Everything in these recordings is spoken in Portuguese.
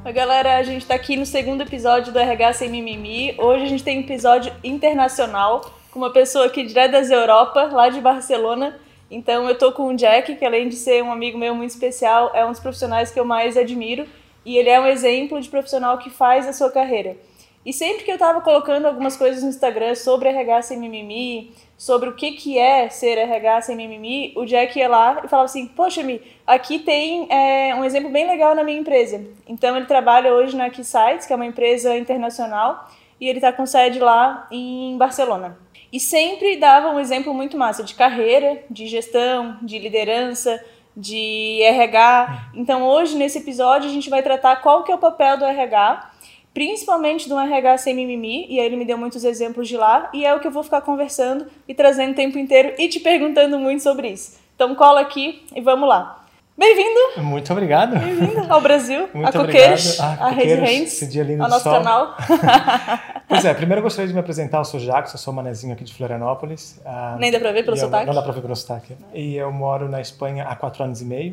Oi, galera, a gente tá aqui no segundo episódio do RH Sem Mimimi. Hoje a gente tem um episódio internacional com uma pessoa aqui direto das Europa, lá de Barcelona. Então eu tô com o Jack, que além de ser um amigo meu muito especial, é um dos profissionais que eu mais admiro. E ele é um exemplo de profissional que faz a sua carreira. E sempre que eu tava colocando algumas coisas no Instagram sobre RH Sem Mimimi, sobre o que é ser RH Sem Mimimi, o Jack ia lá e falava assim, poxa, Mi, aqui tem um exemplo bem legal na minha empresa. Então ele trabalha hoje na Keysight, que é uma empresa internacional, e ele tá com sede lá em Barcelona. E sempre dava um exemplo muito massa de carreira, de gestão, de liderança, de RH. Então hoje, nesse episódio, a gente vai tratar qual que é o papel do RH, principalmente do RH Sem Mimimi, e aí ele me deu muitos exemplos de lá, e é o que eu vou ficar conversando e trazendo o tempo inteiro e te perguntando muito sobre isso. Então cola aqui e vamos lá. Bem-vindo! Muito obrigado! Bem-vindo ao Brasil, muito a Coqueiros, a Rede Hands, esse dia lindo ao nosso sol. canal. Pois é, primeiro eu gostaria de me apresentar, eu sou Jacques, eu sou manezinho aqui de Florianópolis. Nem dá pra ver pelo sotaque? Não dá pra ver pelo sotaque. E eu moro na Espanha há 4 anos e meio.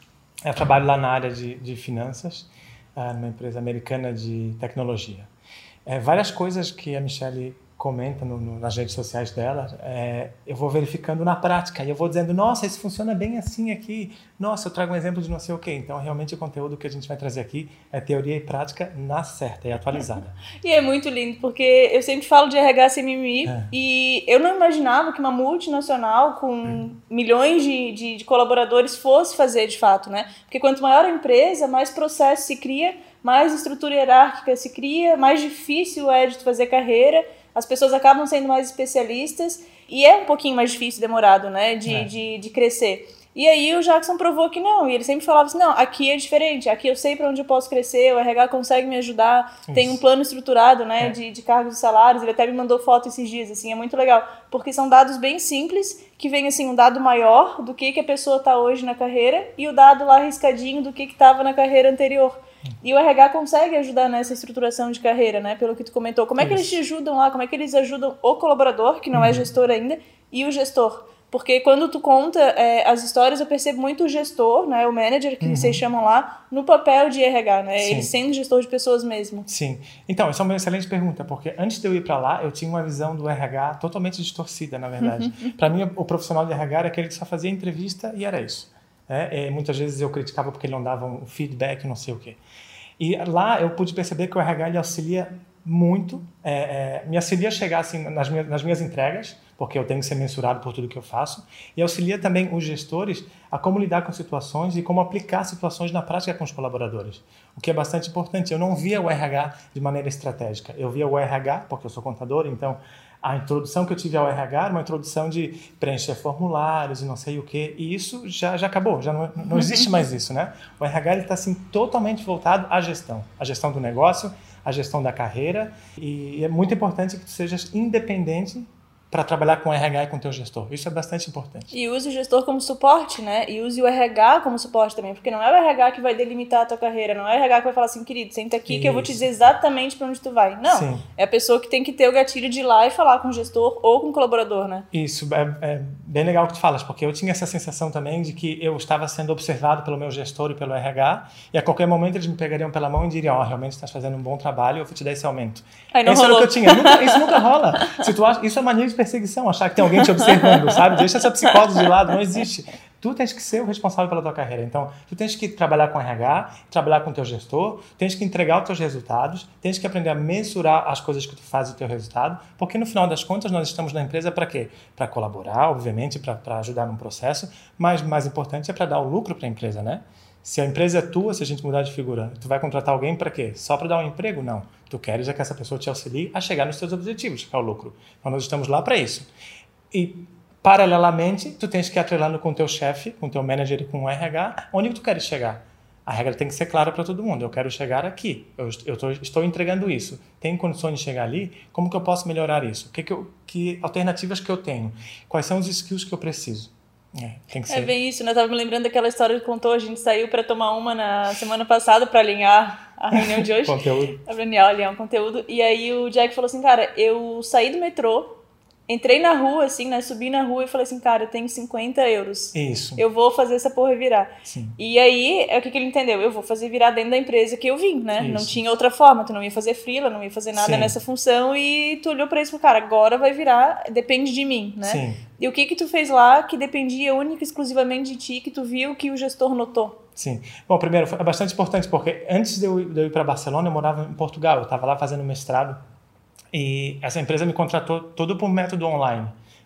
Eu trabalho lá na área de finanças, numa empresa americana de tecnologia. Várias coisas que a Michelle comenta nas redes sociais dela, eu vou verificando na prática e eu vou dizendo, nossa, isso funciona bem assim aqui, nossa, eu trago um exemplo de não sei o quê. Então, realmente, o conteúdo que a gente vai trazer aqui é teoria e prática na certa e atualizada. E é muito lindo, porque eu sempre falo de RH Sem Mimimi e eu não imaginava que uma multinacional com milhões de colaboradores fosse fazer de fato, né? Porque quanto maior a empresa, mais processo se cria, mais estrutura hierárquica se cria, mais difícil é de tu fazer carreira, as pessoas acabam sendo mais especialistas e é um pouquinho mais difícil, demorado, né, de crescer. E aí o Jackson provou que não, e ele sempre falava assim, não, aqui é diferente, aqui eu sei para onde eu posso crescer, o RH consegue me ajudar, tem um plano estruturado, né, de cargos e salários, ele até me mandou foto esses dias, assim, é muito legal, porque são dados bem simples, que vem, assim, um dado maior do que a pessoa está hoje na carreira e o dado lá riscadinho do que estava na carreira anterior. E o RH consegue ajudar nessa estruturação de carreira, né? Pelo que tu comentou. Como é que eles te ajudam lá? Como é que eles ajudam o colaborador, que não é gestor ainda, e o gestor? Porque quando tu conta as histórias, eu percebo muito o gestor, né? O manager, que vocês chamam lá, no papel de RH, né? Sim. Ele sendo gestor de pessoas mesmo. Sim. Então, essa é uma excelente pergunta, porque antes de eu ir para lá, eu tinha uma visão do RH totalmente distorcida, na verdade. Para mim, o profissional de RH era aquele que só fazia entrevista e era isso. Muitas vezes eu criticava porque ele não dava um feedback, não sei o quê. E lá eu pude perceber que o RH ele auxilia muito, me auxilia a chegar assim, nas minhas entregas, porque eu tenho que ser mensurado por tudo que eu faço, e auxilia também os gestores a como lidar com situações e como aplicar situações na prática com os colaboradores, o que é bastante importante. Eu não via o RH de maneira estratégica, eu via o RH, porque eu sou contador, então a introdução que eu tive ao RH era uma introdução de preencher formulários e não sei o quê, e isso já acabou, já não existe mais isso, né? O RH está assim, totalmente voltado à gestão do negócio, à gestão da carreira, e é muito importante que tu sejas independente para trabalhar com o RH e com o teu gestor. Isso é bastante importante. E use o gestor como suporte, né? E use o RH como suporte também, porque não é o RH que vai delimitar a tua carreira, não é o RH que vai falar assim, querido, senta aqui que eu vou te dizer exatamente para onde tu vai. Não, sim. É a pessoa que tem que ter o gatilho de ir lá e falar com o gestor ou com o colaborador, né? Isso, é bem legal que tu falas, porque eu tinha essa sensação também de que eu estava sendo observado pelo meu gestor e pelo RH, e a qualquer momento eles me pegariam pela mão e diriam, realmente estás fazendo um bom trabalho, eu vou te dar esse aumento. Aí não Esse rolou. era o que eu tinha. Isso nunca rola. Se tu acha, isso é mania de perseguição, achar que tem alguém te observando, sabe? Deixa essa psicose de lado, não existe. Tu tens que ser o responsável pela tua carreira. Então, tu tens que trabalhar com RH, trabalhar com o teu gestor, tens que entregar os teus resultados, tens que aprender a mensurar as coisas que tu faz e o teu resultado, porque no final das contas nós estamos na empresa para quê? Para colaborar, obviamente, para ajudar num processo, mas mais importante é para dar o lucro para a empresa, né? Se a empresa é tua, se a gente mudar de figura, tu vai contratar alguém para quê? Só para dar um emprego? Não. Tu queres é que essa pessoa te auxilie a chegar nos teus objetivos, que é o lucro. Então, nós estamos lá para isso. E, paralelamente, tu tens que ir atrelando com o teu chefe, com o teu manager e com o RH, onde tu queres chegar. A regra tem que ser clara para todo mundo. Eu quero chegar aqui. Estou entregando isso. Tenho condições de chegar ali? Como que eu posso melhorar isso? Que alternativas que eu tenho? Quais são os skills que eu preciso? Tem que ser. É bem isso, né? Eu tava me lembrando daquela história que contou, a gente saiu para tomar uma na semana passada para alinhar a reunião de hoje. Conteúdo. Para alinhar o conteúdo. E aí o Jack falou assim, cara, eu saí do metrô, Entrei na rua, assim, né? Subi na rua e falei assim, cara, eu tenho 50 euros. Isso. Eu vou fazer essa porra virar. Sim. E aí, o que ele entendeu? Eu vou fazer virar dentro da empresa que eu vim, né? Isso. Não tinha outra forma. Tu não ia fazer freela, não ia fazer nada Sim. nessa função. E tu olhou pra isso e falou, cara, agora vai virar, depende de mim, né? Sim. E o que tu fez lá que dependia única e exclusivamente de ti, que tu viu que o gestor notou? Sim. Bom, primeiro, é bastante importante, porque antes de eu ir para Barcelona, eu morava em Portugal. Eu estava lá fazendo mestrado e essa empresa me contratou todo por método online.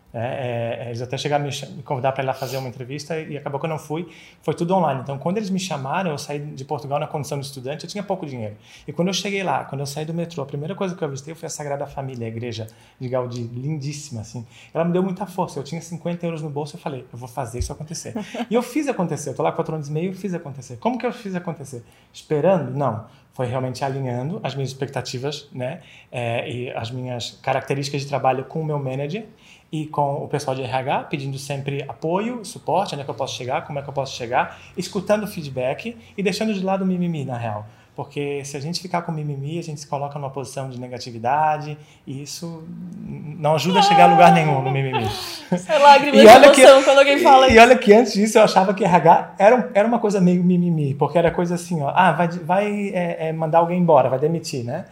Eles até chegaram a me convidar para ir lá fazer uma entrevista e acabou que eu não fui. Foi tudo online. Então, quando eles me chamaram, eu saí de Portugal na condição de estudante, eu tinha pouco dinheiro. E quando eu cheguei lá, quando eu saí do metrô, a primeira coisa que eu visitei foi a Sagrada Família, a igreja de Gaudí, lindíssima, assim. Ela me deu muita força. Eu tinha 50 euros no bolso, eu falei, eu vou fazer isso acontecer. E eu fiz acontecer. Eu estou lá 4 anos e meio e fiz acontecer. Como que eu fiz acontecer? Esperando? Não. Foi realmente alinhando as minhas expectativas, né? E as minhas características de trabalho com o meu manager e com o pessoal de RH, pedindo sempre apoio, suporte, onde é que eu posso chegar, como é que eu posso chegar, escutando o feedback e deixando de lado o mimimi, na real. Porque se a gente ficar com mimimi, a gente se coloca numa posição de negatividade e isso não ajuda a chegar a lugar nenhum no mimimi. É lágrima de emoção quando alguém fala isso. E olha que antes disso eu achava que RH era uma coisa meio mimimi, porque era coisa assim, ó, vai mandar alguém embora, vai demitir, né?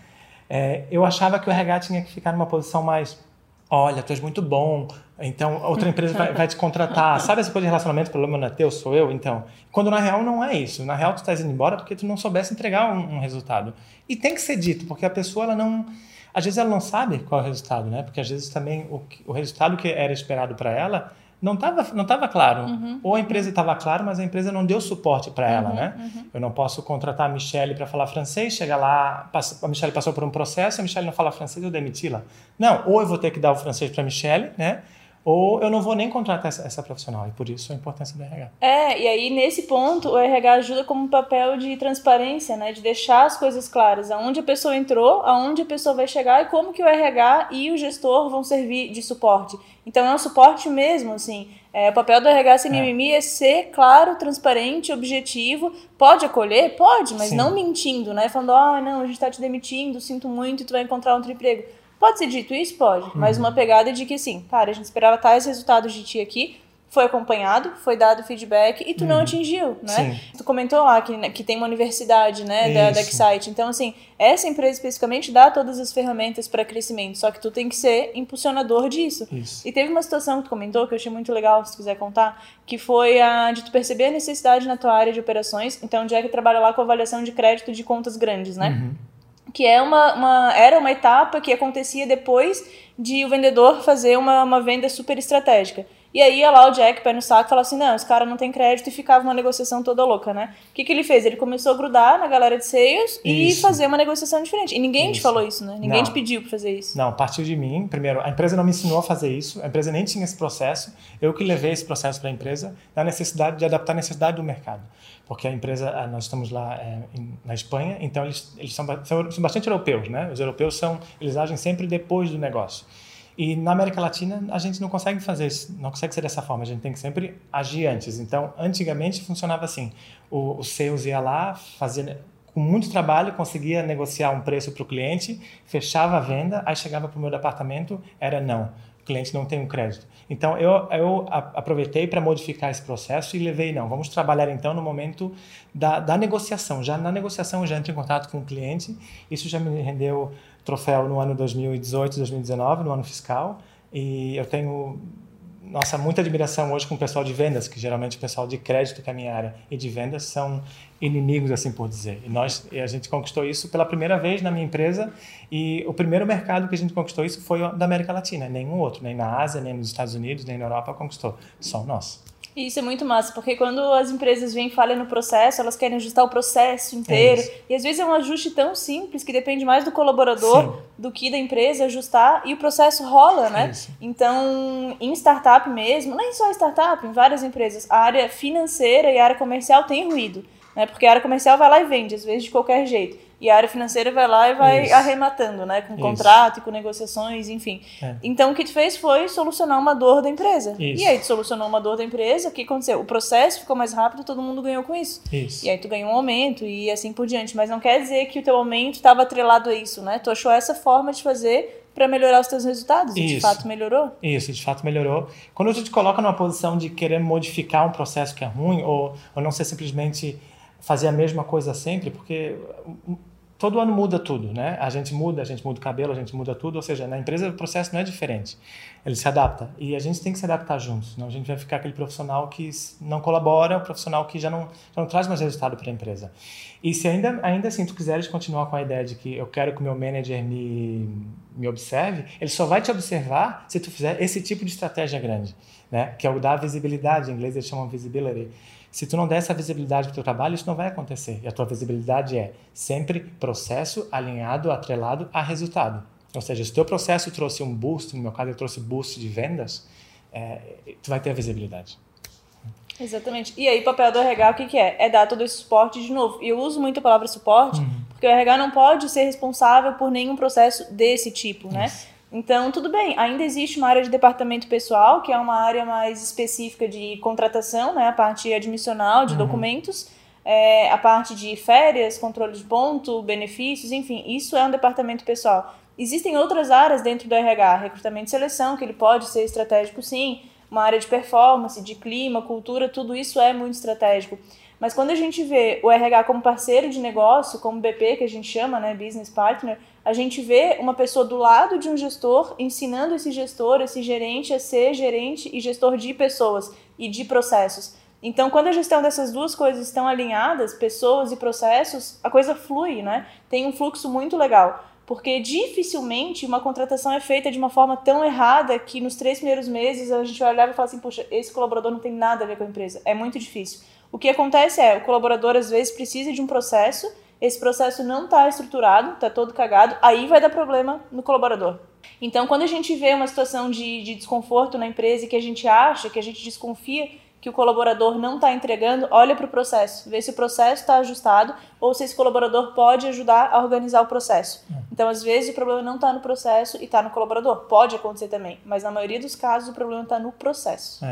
Eu achava que o RH tinha que ficar numa posição mais, olha, tu és muito bom, então outra empresa vai te contratar. Sabe essa coisa de relacionamento, o problema não é teu, sou eu? Então, quando na real não é isso. Na real tu estás indo embora porque tu não soubesse entregar um resultado. E tem que ser dito, porque a pessoa, ela não... Às vezes ela não sabe qual é o resultado, né? Porque às vezes também o resultado que era esperado para ela não estava claro. Ou a empresa estava claro, mas a empresa não deu suporte para ela, né? Eu não posso contratar a Michelle para falar francês, chega lá, a Michelle passou por um processo, a Michelle não fala francês, eu demiti-la. Não, ou eu vou ter que dar o francês para a Michelle, né? Ou eu não vou nem contratar essa profissional, e por isso a importância do RH. E aí nesse ponto o RH ajuda como um papel de transparência, né, de deixar as coisas claras, aonde a pessoa entrou, aonde a pessoa vai chegar e como que o RH e o gestor vão servir de suporte. Então é um suporte mesmo, assim, o papel do RH sem mimimi é ser claro, transparente, objetivo, pode acolher? Pode, mas não mentindo, né, falando, não, a gente tá te demitindo, sinto muito e tu vai encontrar outro emprego. Pode ser dito isso? Pode. Mas uma pegada de que, assim, cara, a gente esperava tais resultados de ti aqui, foi acompanhado, foi dado feedback e tu não atingiu, né? Sim. Tu comentou lá que tem uma universidade, né, da Excite. Então, assim, essa empresa especificamente dá todas as ferramentas para crescimento, só que tu tem que ser impulsionador disso. Isso. E teve uma situação que tu comentou que eu achei muito legal, se tu quiser contar, que foi a de tu perceber a necessidade na tua área de operações. Então, o Jack trabalha lá com avaliação de crédito de contas grandes, né? Que era uma etapa que acontecia depois de o vendedor fazer uma venda super estratégica. E aí ia lá o Jack, pé no saco, e falava assim, não, esse cara não tem crédito, e ficava uma negociação toda louca, né? O que ele fez? Ele começou a grudar na galera de sales e fazer uma negociação diferente. E ninguém te falou isso, né? Ninguém te pediu pra fazer isso. Não, partiu de mim. Primeiro, a empresa não me ensinou a fazer isso, a empresa nem tinha esse processo. Eu que levei esse processo para a empresa, na necessidade de adaptar a necessidade do mercado. Porque a empresa, nós estamos lá na Espanha, então eles são bastante europeus, né? Os europeus eles agem sempre depois do negócio. E na América Latina a gente não consegue fazer isso, não consegue ser dessa forma, a gente tem que sempre agir antes. Então, antigamente funcionava assim, o sales ia lá, fazia com muito trabalho, conseguia negociar um preço para o cliente, fechava a venda, aí chegava para o meu departamento, era não, o cliente não tem um crédito. Então, eu aproveitei para modificar esse processo e levei, vamos trabalhar então no momento da negociação. Já na negociação eu já entrei em contato com o cliente, isso já me rendeu troféu no ano 2018, 2019, no ano fiscal, e eu tenho, muita admiração hoje com o pessoal de vendas, que geralmente o pessoal de crédito, que é a minha área, e de vendas são inimigos, assim por dizer. E a gente conquistou isso pela primeira vez na minha empresa, e o primeiro mercado que a gente conquistou isso foi da América Latina, nenhum outro, nem na Ásia, nem nos Estados Unidos, nem na Europa conquistou, só o nosso. E isso é muito massa, porque quando as empresas vêm e falham no processo, elas querem ajustar o processo inteiro. E às vezes é um ajuste tão simples que depende mais do colaborador do que da empresa ajustar, e o processo rola, né? Então, em startup mesmo, nem só em startup, em várias empresas, a área financeira e a área comercial tem ruído, né? Porque a área comercial vai lá e vende, às vezes de qualquer jeito. E a área financeira vai lá e vai arrematando, né? Com contrato e com negociações, enfim. Então, o que tu fez foi solucionar uma dor da empresa. E aí, tu solucionou uma dor da empresa, o que aconteceu? O processo ficou mais rápido, todo mundo ganhou com isso. E aí, tu ganhou um aumento e assim por diante. Mas não quer dizer que o teu aumento estava atrelado a isso, né? Tu achou essa forma de fazer para melhorar os teus resultados. E de fato melhorou? Isso, de fato melhorou. Quando a gente coloca numa posição de querer modificar um processo que é ruim, ou não ser simplesmente fazer a mesma coisa sempre, porque todo ano muda tudo, né? A gente muda o cabelo, a gente muda tudo, ou seja, na empresa o processo não é diferente. Ele se adapta e a gente tem que se adaptar juntos, senão a gente vai ficar aquele profissional que não colabora, o profissional que já não traz mais resultado para a empresa. E se ainda assim tu quiseres continuar com a ideia de que eu quero que o meu manager me observe, ele só vai te observar se tu fizer esse tipo de estratégia grande, né? Que é o dar visibilidade, em inglês eles chamam visibility. Se tu não der essa visibilidade para o teu trabalho, isso não vai acontecer. E a tua visibilidade é sempre processo alinhado, atrelado a resultado. Ou seja, se o teu processo trouxe um boost, no meu caso ele trouxe boost de vendas, tu vai ter a visibilidade. Exatamente. E aí o papel do RH o que é? É dar todo esse suporte de novo. E eu uso muito a palavra suporte, porque o RH não pode ser responsável por nenhum processo desse tipo, né? Isso. Então, tudo bem, ainda existe uma área de departamento pessoal, que é uma área mais específica de contratação, né? A parte admissional de documentos, a parte de férias, controle de ponto, benefícios, enfim, isso é um departamento pessoal. Existem outras áreas dentro do RH, recrutamento e seleção, que ele pode ser estratégico sim, uma área de performance, de clima, cultura, tudo isso é muito estratégico. Mas quando a gente vê o RH como parceiro de negócio, como BP, que a gente chama, né, Business Partner, a gente vê uma pessoa do lado de um gestor, ensinando esse gestor, esse gerente a ser gerente e gestor de pessoas e de processos. Então, quando a gestão dessas duas coisas estão alinhadas, pessoas e processos, a coisa flui, né? Tem um fluxo muito legal. Porque dificilmente uma contratação é feita de uma forma tão errada que nos 3 primeiros meses a gente vai olhar e falar assim, poxa, esse colaborador não tem nada a ver com a empresa. É muito difícil. O que acontece o colaborador às vezes precisa de um processo, esse processo não está estruturado, está todo cagado, aí vai dar problema no colaborador. Então, quando a gente vê uma situação de desconforto na empresa e que a gente acha, que a gente desconfia que o colaborador não está entregando, olha para o processo, vê se o processo está ajustado ou se esse colaborador pode ajudar a organizar o processo. Então, às vezes, o problema não está no processo e está no colaborador. Pode acontecer também, mas na maioria dos casos o problema está no processo.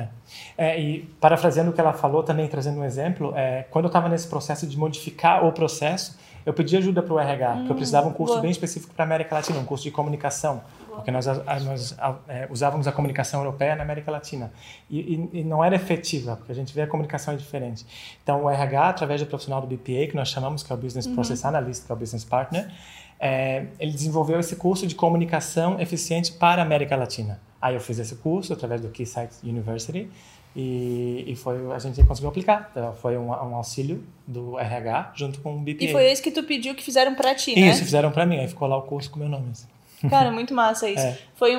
E parafraseando o que ela falou, também trazendo um exemplo, quando eu estava nesse processo de modificar o processo, eu pedi ajuda para o RH, porque eu precisava de um curso bem específico para a América Latina, um curso de comunicação, porque nós usávamos a comunicação europeia na América Latina e não era efetiva, porque a gente vê a comunicação é diferente. Então, o RH, através do profissional do BPA, que nós chamamos, que é o Business Process Analyst, que é o Business Partner, ele desenvolveu esse curso de comunicação eficiente para a América Latina. Aí eu fiz esse curso através do Keysight University e a gente conseguiu aplicar. Então, foi um auxílio do RH junto com o BPA. E foi isso que tu pediu que fizeram para ti, né? Isso, fizeram para mim. Aí ficou lá o curso com o meu nome. Assim. Cara, muito massa isso. Foi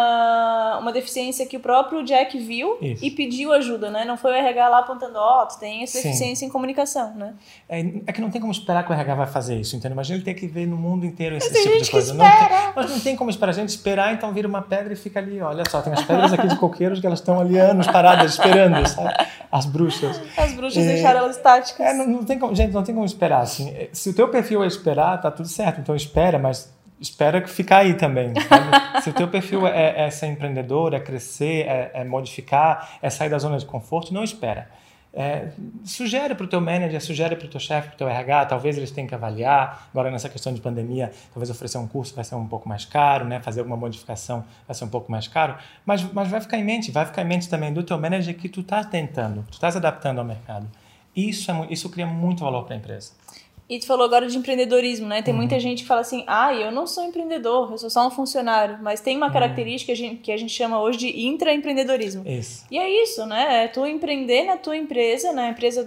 uma deficiência que o próprio Jack viu e pediu ajuda, né? Não foi o RH lá apontando, tu tem essa deficiência em comunicação, né? É que não tem como esperar que o RH vai fazer isso, entendeu? Imagina ele ter que ver no mundo inteiro esse tipo de coisa. Mas não tem como esperar. A gente esperar, então vira uma pedra e fica ali, olha só, tem as pedras aqui de coqueiros que elas estão ali anos paradas, esperando, sabe? As bruxas. As bruxas deixaram elas estáticas. Não tem como, gente, não tem como esperar, assim. Se o teu perfil é esperar, tá tudo certo, então espera, mas espera que ficar aí também, sabe? Se o teu perfil é ser empreendedor, é crescer, é modificar, é sair da zona de conforto, não espera. Sugere para o teu manager, sugere para o teu chefe, para o teu RH, talvez eles tenham que avaliar. Agora, nessa questão de pandemia, talvez oferecer um curso vai ser um pouco mais caro, né? Fazer alguma modificação vai ser um pouco mais caro, mas vai ficar em mente também do teu manager que tu está tentando, tu está se adaptando ao mercado. Isso cria muito valor para a empresa. E tu falou agora de empreendedorismo, né? Tem muita gente que fala assim, eu não sou empreendedor, eu sou só um funcionário. Mas tem uma característica que a gente chama hoje de intraempreendedorismo. Isso. E é isso, né? É tu empreender na tua empresa, na empresa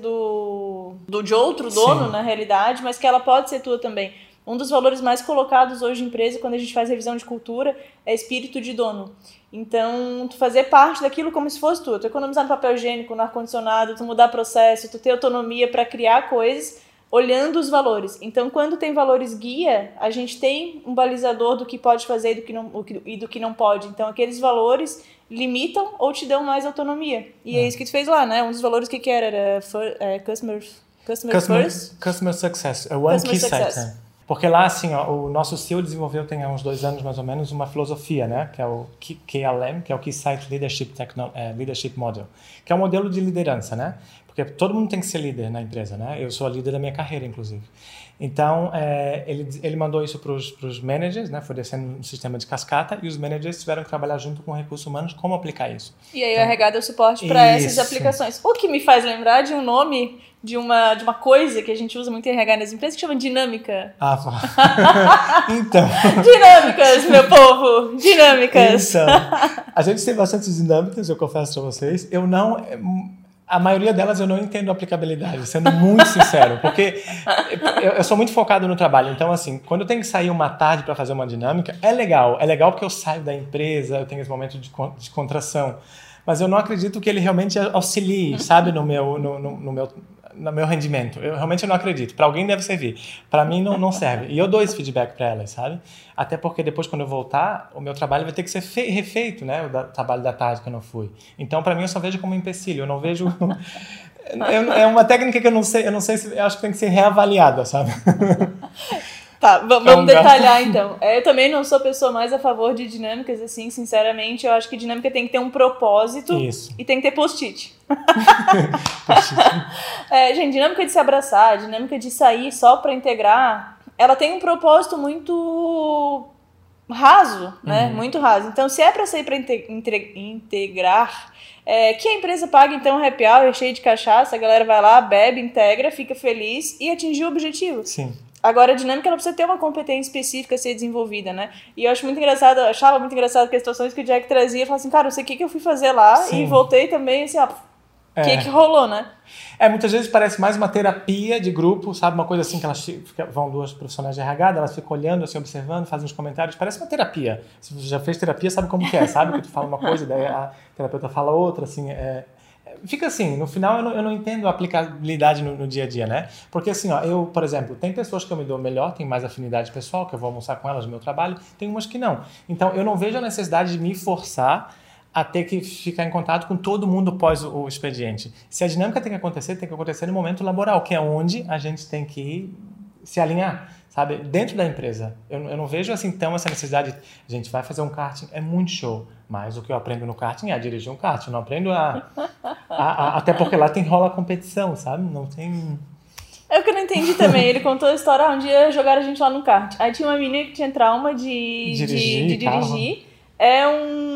de outro dono, na realidade, mas que ela pode ser tua também. Um dos valores mais colocados hoje em empresa, quando a gente faz revisão de cultura, é espírito de dono. Então, tu fazer parte daquilo como se fosse tu economizar no papel higiênico, no ar-condicionado, tu mudar processo, tu ter autonomia para criar coisas, olhando os valores. Então, quando tem valores guia, a gente tem um balizador do que pode fazer e do que não pode. Então, aqueles valores limitam ou te dão mais autonomia. E é isso que tu fez lá, né? Um dos valores que era? Era customer first? Customer success. One key site. Porque lá, assim, ó, o nosso CEO desenvolveu, tem há uns 2 anos mais ou menos, uma filosofia, né? Que é o KLM, que é o Key Site Leadership Model, que é um modelo de liderança, né? Porque todo mundo tem que ser líder na empresa, né? Eu sou a líder da minha carreira, inclusive. Então, ele mandou isso para os managers, né? Foi descendo um sistema de cascata e os managers tiveram que trabalhar junto com recursos humanos como aplicar isso. E aí o RH deu suporte para essas aplicações. O que me faz lembrar de um nome de uma coisa que a gente usa muito em RH nas empresas que chama dinâmica. Então. Dinâmicas, meu povo! Dinâmicas! Então, a gente tem bastante dinâmicas, eu confesso para vocês. A maioria delas eu não entendo a aplicabilidade, sendo muito sincero, porque eu sou muito focado no trabalho. Então, assim, quando eu tenho que sair uma tarde para fazer uma dinâmica, é legal porque eu saio da empresa, eu tenho esse momento de contração. Mas eu não acredito que ele realmente auxilie, sabe, no meu rendimento. Eu realmente não acredito. Para alguém deve servir. Para mim não serve. E eu dou esse feedback para elas, sabe? Até porque depois, quando eu voltar, o meu trabalho vai ter que ser refeito, né? O trabalho da tarde que eu não fui. Então, para mim, eu só vejo como um empecilho. Eu não vejo... É uma técnica que eu não sei se... Eu acho que tem que ser reavaliada, sabe? Tá, vamos detalhar então. Eu também não sou a pessoa mais a favor de dinâmicas, assim, sinceramente. Eu acho que dinâmica tem que ter um propósito. Isso. E tem que ter post-it. Gente, dinâmica de se abraçar, dinâmica de sair só para integrar, ela tem um propósito muito raso, né? Muito raso. Então, se é para sair para integrar, que a empresa pague então um happy hour cheio de cachaça, a galera vai lá, bebe, integra, fica feliz e atingir o objetivo. Sim. Agora, a dinâmica ela precisa ter uma competência específica a ser desenvolvida, né? E eu acho muito engraçado, achava muito engraçado que as situações que o Jack trazia, eu falava assim, cara, não sei o que eu fui fazer lá. Sim. E voltei também, assim, o que rolou, né? Muitas vezes parece mais uma terapia de grupo, sabe? Uma coisa assim que vão 2 profissionais de RH, elas ficam olhando, assim, observando, fazem uns comentários, parece uma terapia. Se você já fez terapia, sabe como que é, sabe? Que tu fala uma coisa, daí a terapeuta fala outra, assim, fica assim, no final eu não entendo a aplicabilidade no dia a dia, né? Porque assim, eu, por exemplo, tem pessoas que eu me dou melhor, tem mais afinidade pessoal, que eu vou almoçar com elas no meu trabalho, tem umas que não. Então, eu não vejo a necessidade de me forçar a ter que ficar em contato com todo mundo pós o expediente. Se a dinâmica tem que acontecer no momento laboral, que é onde a gente tem que se alinhar, sabe? Dentro da empresa. Eu não vejo assim tão essa necessidade de, a gente vai fazer um karting, é muito show, mas o que eu aprendo no karting é a dirigir um karting, eu não aprendo até porque lá rola competição, sabe? Não tem... É o que eu não entendi também. Ele contou a história, um dia jogaram a gente lá no kart. Aí tinha uma menina que tinha trauma de dirigir. É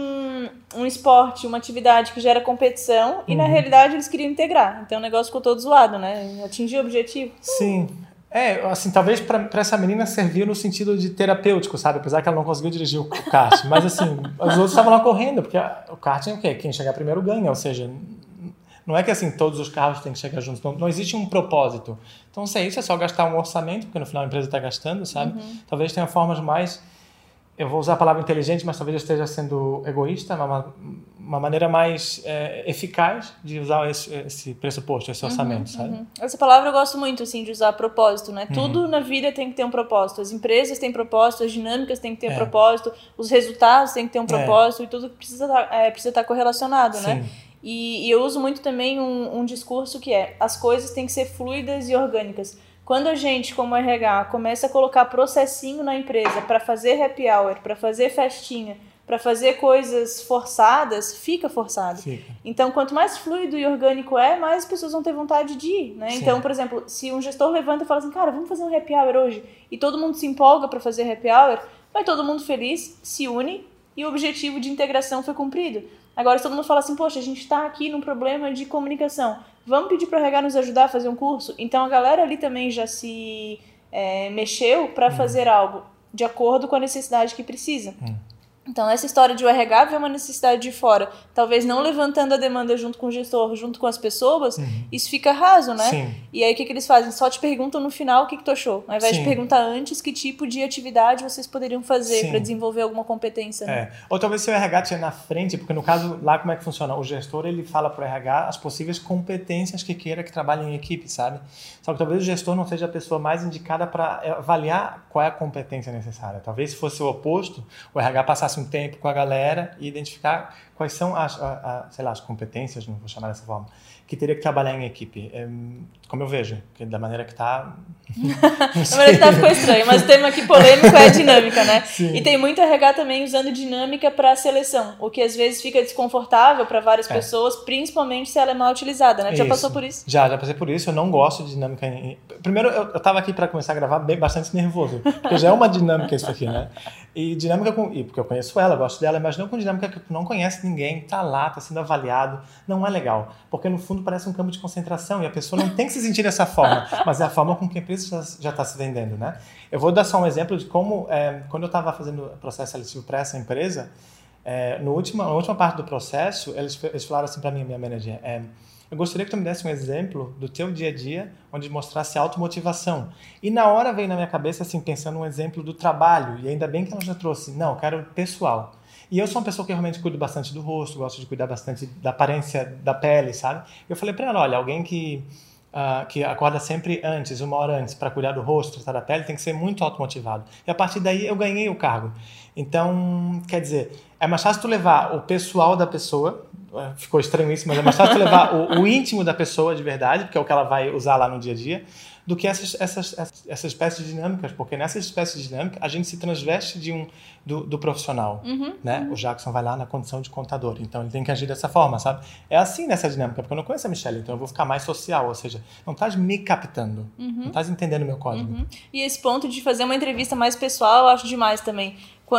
um esporte, uma atividade que gera competição e, na realidade, eles queriam integrar. Então, o negócio ficou todo zoado, né? Atingir o objetivo. Sim. Assim, talvez para essa menina serviu no sentido de terapêutico, sabe? Apesar que ela não conseguiu dirigir o kart. Mas, assim, os outros estavam lá correndo, porque o kart é o quê? Quem chegar primeiro ganha, ou seja... Não é que assim, todos os carros têm que chegar juntos, não existe um propósito. Então, se é isso, é só gastar um orçamento, porque no final a empresa está gastando, sabe? Talvez tenha formas mais... Eu vou usar a palavra inteligente, mas talvez eu esteja sendo egoísta, uma maneira mais eficaz de usar esse pressuposto, esse orçamento, sabe? Essa palavra eu gosto muito, assim, de usar propósito, né? Tudo na vida tem que ter um propósito. As empresas têm propósito, as dinâmicas têm que ter um propósito, os resultados têm que ter um propósito e tudo precisa estar correlacionado, né? E eu uso muito também um discurso que as coisas têm que ser fluidas e orgânicas. Quando a gente, como RH, começa a colocar processinho na empresa para fazer happy hour, para fazer festinha, para fazer coisas forçadas, fica forçado. Então, quanto mais fluido e orgânico mais as pessoas vão ter vontade de ir, né? Então, por exemplo, se um gestor levanta e fala assim, cara, vamos fazer um happy hour hoje, e todo mundo se empolga para fazer happy hour, vai todo mundo feliz, se une e o objetivo de integração foi cumprido. Agora, se todo mundo fala assim, poxa, a gente está aqui num problema de comunicação, vamos pedir para o RH nos ajudar a fazer um curso? Então, a galera ali também já se mexeu para fazer algo de acordo com a necessidade que precisa. Então, essa história de o RH ver uma necessidade de fora, talvez não levantando a demanda junto com o gestor, junto com as pessoas, isso fica raso, né? Sim. E aí, o que eles fazem? Só te perguntam no final o que tu achou. Ao invés de perguntar antes que tipo de atividade vocês poderiam fazer para desenvolver alguma competência. Né? Ou talvez se o RH estiver na frente, porque no caso, lá como é que funciona? O gestor, ele fala para o RH as possíveis competências que queira que trabalhe em equipe, sabe? Só que talvez o gestor não seja a pessoa mais indicada para avaliar qual é a competência necessária. Talvez se fosse o oposto, o RH passasse um tempo com a galera e identificar quais são sei lá, as competências, não vou chamar dessa forma, que teria que trabalhar em equipe. Como eu vejo, que da maneira que está... Da maneira que tá ficou estranho, mas o tema aqui polêmico é a dinâmica, né? Sim. E tem muito RH também usando dinâmica para seleção, o que às vezes fica desconfortável para várias pessoas, principalmente se ela é mal utilizada, né? Já passou por isso? Já passei por isso, eu não gosto de dinâmica. Primeiro, eu estava aqui para começar a gravar bastante nervoso, porque já é uma dinâmica isso aqui, né? E dinâmica porque eu conheço ela, gosto dela, mas não com dinâmica que tu não conhece ninguém, tá lá, tá sendo avaliado, não é legal, porque no fundo parece um campo de concentração e a pessoa não tem que se sentir dessa forma, mas é a forma com que a empresa já está se vendendo, né? Eu vou dar só um exemplo de como, quando eu estava fazendo o processo seletivo para essa empresa, na última parte do processo, eles falaram assim para mim, minha manager, eu gostaria que tu me desse um exemplo do teu dia a dia, onde mostrasse automotivação. E na hora veio na minha cabeça, assim, pensando um exemplo do trabalho, e ainda bem que ela já trouxe, não, eu quero pessoal. E eu sou uma pessoa que realmente cuido bastante do rosto, gosto de cuidar bastante da aparência da pele, sabe? Eu falei para ela, olha, alguém que acorda sempre antes, 1 hora antes, para cuidar do rosto, tratar da pele, tem que ser muito automotivado. E a partir daí eu ganhei o cargo. Então, quer dizer, é mais fácil tu levar o pessoal da pessoa, ficou estranho isso, mas é mais fácil tu levar o íntimo da pessoa de verdade, porque é o que ela vai usar lá no dia a dia, do que essas espécies de dinâmicas, porque nessas espécies de dinâmica a gente se transveste do profissional, né? O Jackson vai lá na condição de contador, então ele tem que agir dessa forma, sabe? É assim nessa dinâmica, porque eu não conheço a Michelle, então eu vou ficar mais social, ou seja, não estás me captando, não estás entendendo o meu código. E esse ponto de fazer uma entrevista mais pessoal eu acho demais também.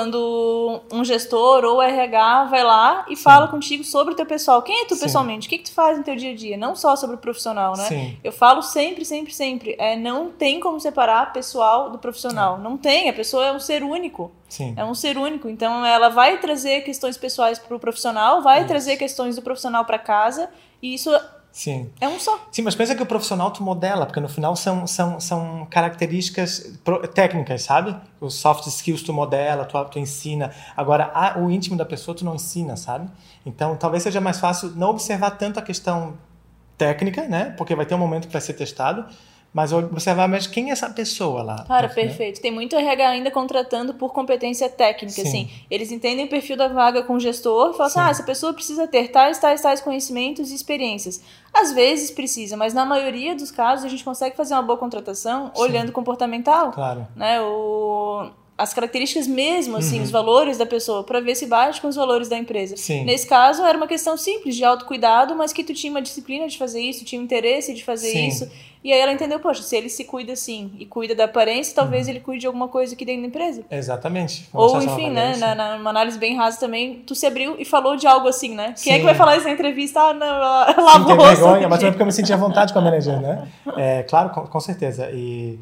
Quando um gestor ou RH vai lá e fala contigo sobre o teu pessoal. Quem é tu pessoalmente? O que tu faz no teu dia a dia? Não só sobre o profissional, né? Sim. Eu falo sempre, sempre, sempre. Não tem como separar pessoal do profissional. Não tem. A pessoa é um ser único. Sim. É um ser único. Então, ela vai trazer questões pessoais para o profissional, vai trazer questões do profissional para casa. E isso... Sim. É um só. Sim, mas pensa que o profissional tu modela, porque no final são características técnicas, sabe? Os soft skills tu modela, tu ensina. Agora, o íntimo da pessoa tu não ensina, sabe? Então, talvez seja mais fácil não observar tanto a questão técnica, né? Porque vai ter um momento que vai ser testado, mas observar mais quem é essa pessoa lá. Cara, perfeito. Né? Tem muito RH ainda contratando por competência técnica, assim. Eles entendem o perfil da vaga com o gestor e falam assim, essa pessoa precisa ter tais conhecimentos e experiências. Às vezes precisa, mas na maioria dos casos a gente consegue fazer uma boa contratação olhando o comportamental. Claro. Né? As características mesmo, assim, os valores da pessoa, para ver se bate com os valores da empresa. Sim. Nesse caso, era uma questão simples, de autocuidado, mas que tu tinha uma disciplina de fazer isso, tinha um interesse de fazer isso. E aí ela entendeu, poxa, se ele se cuida assim e cuida da aparência, talvez ele cuide de alguma coisa aqui dentro da empresa. Exatamente. Ou, enfim, né, numa análise bem rasa também, tu se abriu e falou de algo assim, né? Quem é que vai falar isso na entrevista? Ah, não, ela lavou. Tem vergonha, mas também porque eu me sentia à vontade com a manager, né? Claro, com certeza. E...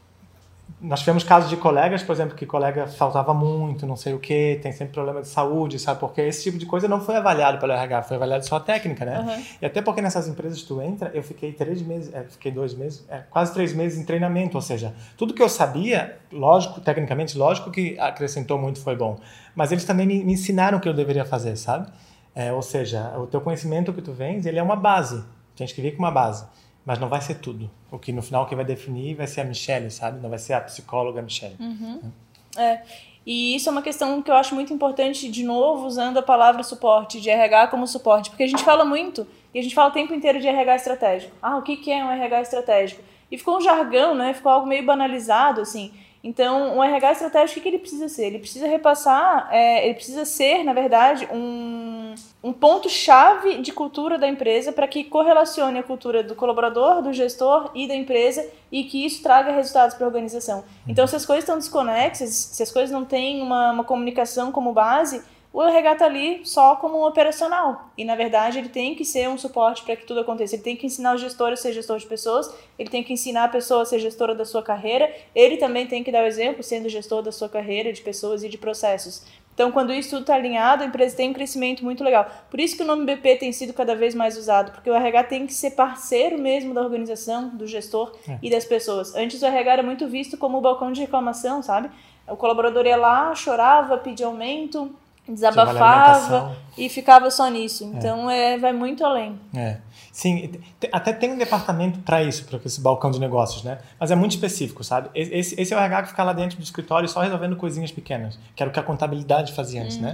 nós tivemos casos de colegas, por exemplo, que colega faltava muito, não sei o quê, tem sempre problema de saúde, sabe? Porque esse tipo de coisa não foi avaliado pelo RH, foi avaliado só a técnica, né? E até porque nessas empresas tu entra, eu fiquei 2 meses, quase 3 meses em treinamento, ou seja, tudo que eu sabia, lógico, tecnicamente, lógico que acrescentou muito, foi bom, mas eles também me ensinaram o que eu deveria fazer, sabe? Ou seja, o teu conhecimento que tu vens, ele é uma base, tem que vir com uma base. Mas não vai ser tudo. O que no final quem vai definir vai ser a Michelle, sabe? Não vai ser a psicóloga Michelle. E isso é uma questão que eu acho muito importante, de novo, usando a palavra suporte, de RH como suporte. Porque a gente fala muito, e a gente fala o tempo inteiro de RH estratégico. O que é um RH estratégico? E ficou um jargão, né? Ficou algo meio banalizado, assim. Então, um RH estratégico, o que ele precisa ser? Ele precisa repassar, ele precisa ser, na verdade, um ponto-chave de cultura da empresa para que correlacione a cultura do colaborador, do gestor e da empresa e que isso traga resultados para a organização. Então, se as coisas estão desconexas, se as coisas não têm uma comunicação como base, o RH está ali só como um operacional. E, na verdade, ele tem que ser um suporte para que tudo aconteça. Ele tem que ensinar o gestor a ser gestor de pessoas, ele tem que ensinar a pessoa a ser gestora da sua carreira, ele também tem que dar o exemplo sendo gestor da sua carreira, de pessoas e de processos. Então, quando isso tudo está alinhado, a empresa tem um crescimento muito legal. Por isso que o nome BP tem sido cada vez mais usado, porque o RH tem que ser parceiro mesmo da organização, do gestor e das pessoas. Antes o RH era muito visto como o balcão de reclamação, sabe? O colaborador ia lá, chorava, pedia aumento, desabafava e ficava só nisso. Então, vai muito além. Sim, até tem um departamento para isso, para esse balcão de negócios, né? Mas é muito específico, sabe? Esse é o RH que fica lá dentro do escritório só resolvendo coisinhas pequenas, que era o que a contabilidade fazia antes, né?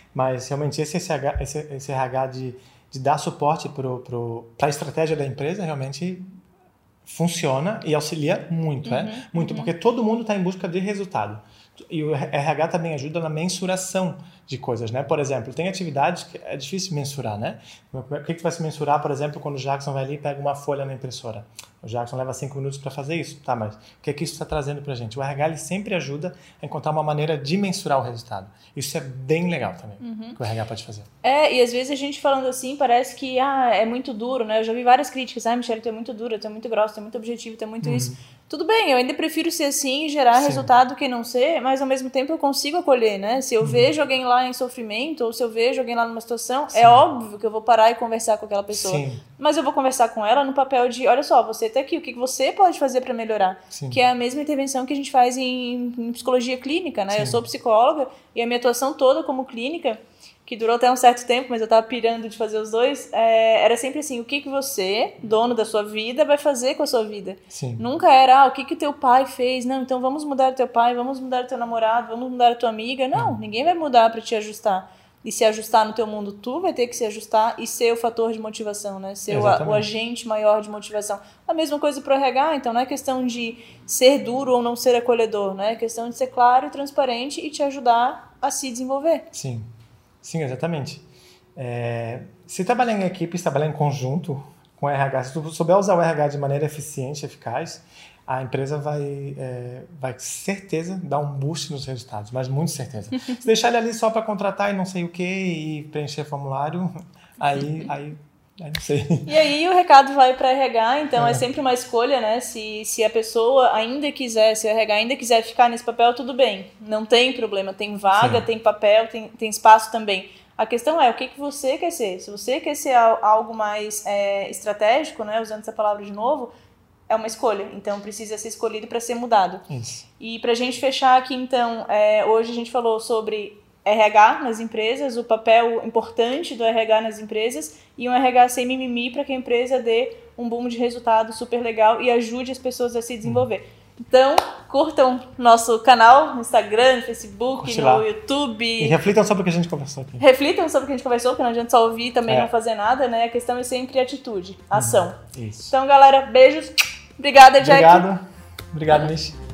Mas realmente esse RH de dar suporte para a estratégia da empresa realmente funciona e auxilia muito, muito, porque todo mundo está em busca de resultado. E o RH também ajuda na mensuração de coisas, né? Por exemplo, tem atividades que é difícil mensurar, né? O que vai se mensurar, por exemplo, quando o Jackson vai ali e pega uma folha na impressora? O Jackson leva 5 minutos para fazer isso, tá? Mas o que isso está trazendo para a gente? O RH ele sempre ajuda a encontrar uma maneira de mensurar o resultado. Isso é bem legal também, que o RH pode fazer. E às vezes a gente falando assim, parece que é muito duro, né? Eu já vi várias críticas, Michelle, tu é muito dura, tu é muito grossa, tu é muito objetivo, tu é muito isso. Tudo bem, eu ainda prefiro ser assim e gerar resultado que não ser, mas ao mesmo tempo eu consigo acolher, né? Se eu vejo alguém lá em sofrimento, ou se eu vejo alguém lá numa situação, é óbvio que eu vou parar e conversar com aquela pessoa. Mas eu vou conversar com ela no papel de, olha só, você tá aqui, o que você pode fazer para melhorar? Que é a mesma intervenção que a gente faz em psicologia clínica, né? Eu sou psicóloga e a minha atuação toda como clínica, que durou até um certo tempo, mas eu tava pirando de fazer os dois, era sempre assim, o que você, dono da sua vida, vai fazer com a sua vida? Nunca era, o que teu pai fez? Não, então vamos mudar o teu pai, vamos mudar o teu namorado, vamos mudar a tua amiga. Não, ninguém vai mudar para te ajustar. E se ajustar no teu mundo, tu vai ter que se ajustar e ser o fator de motivação, né? Ser o agente maior de motivação. A mesma coisa pro RH, então não é questão de ser duro ou não ser acolhedor, né? É questão de ser claro e transparente e te ajudar a se desenvolver. Sim, exatamente. Se trabalhar em equipe, se trabalhar em conjunto com o RH, se tu souber usar o RH de maneira eficiente, eficaz, a empresa vai certeza dar um boost nos resultados, mas muito certeza. Se deixar ele ali só para contratar e não sei o que e preencher formulário, aí não sei. E aí o recado vai para RH, então é sempre uma escolha, né? Se a pessoa ainda quiser, se o RH ainda quiser ficar nesse papel, tudo bem, não tem problema, tem vaga, tem papel, tem espaço também. A questão é o que você quer ser. Se você quer ser algo mais estratégico, né? Usando essa palavra de novo, é uma escolha, então precisa ser escolhido para ser mudado. E para a gente fechar aqui, então, hoje a gente falou sobre RH nas empresas, o papel importante do RH nas empresas e um RH sem mimimi para que a empresa dê um boom de resultado super legal e ajude as pessoas a se desenvolver. Então, curtam nosso canal no Instagram, no Facebook, no YouTube. E reflitam sobre o que a gente conversou aqui. Reflitam sobre o que a gente conversou, porque não adianta só ouvir e também não fazer nada, né? A questão é sempre atitude, ação. Isso. Então, galera, beijos. Obrigada, Jack. Obrigado, Nish.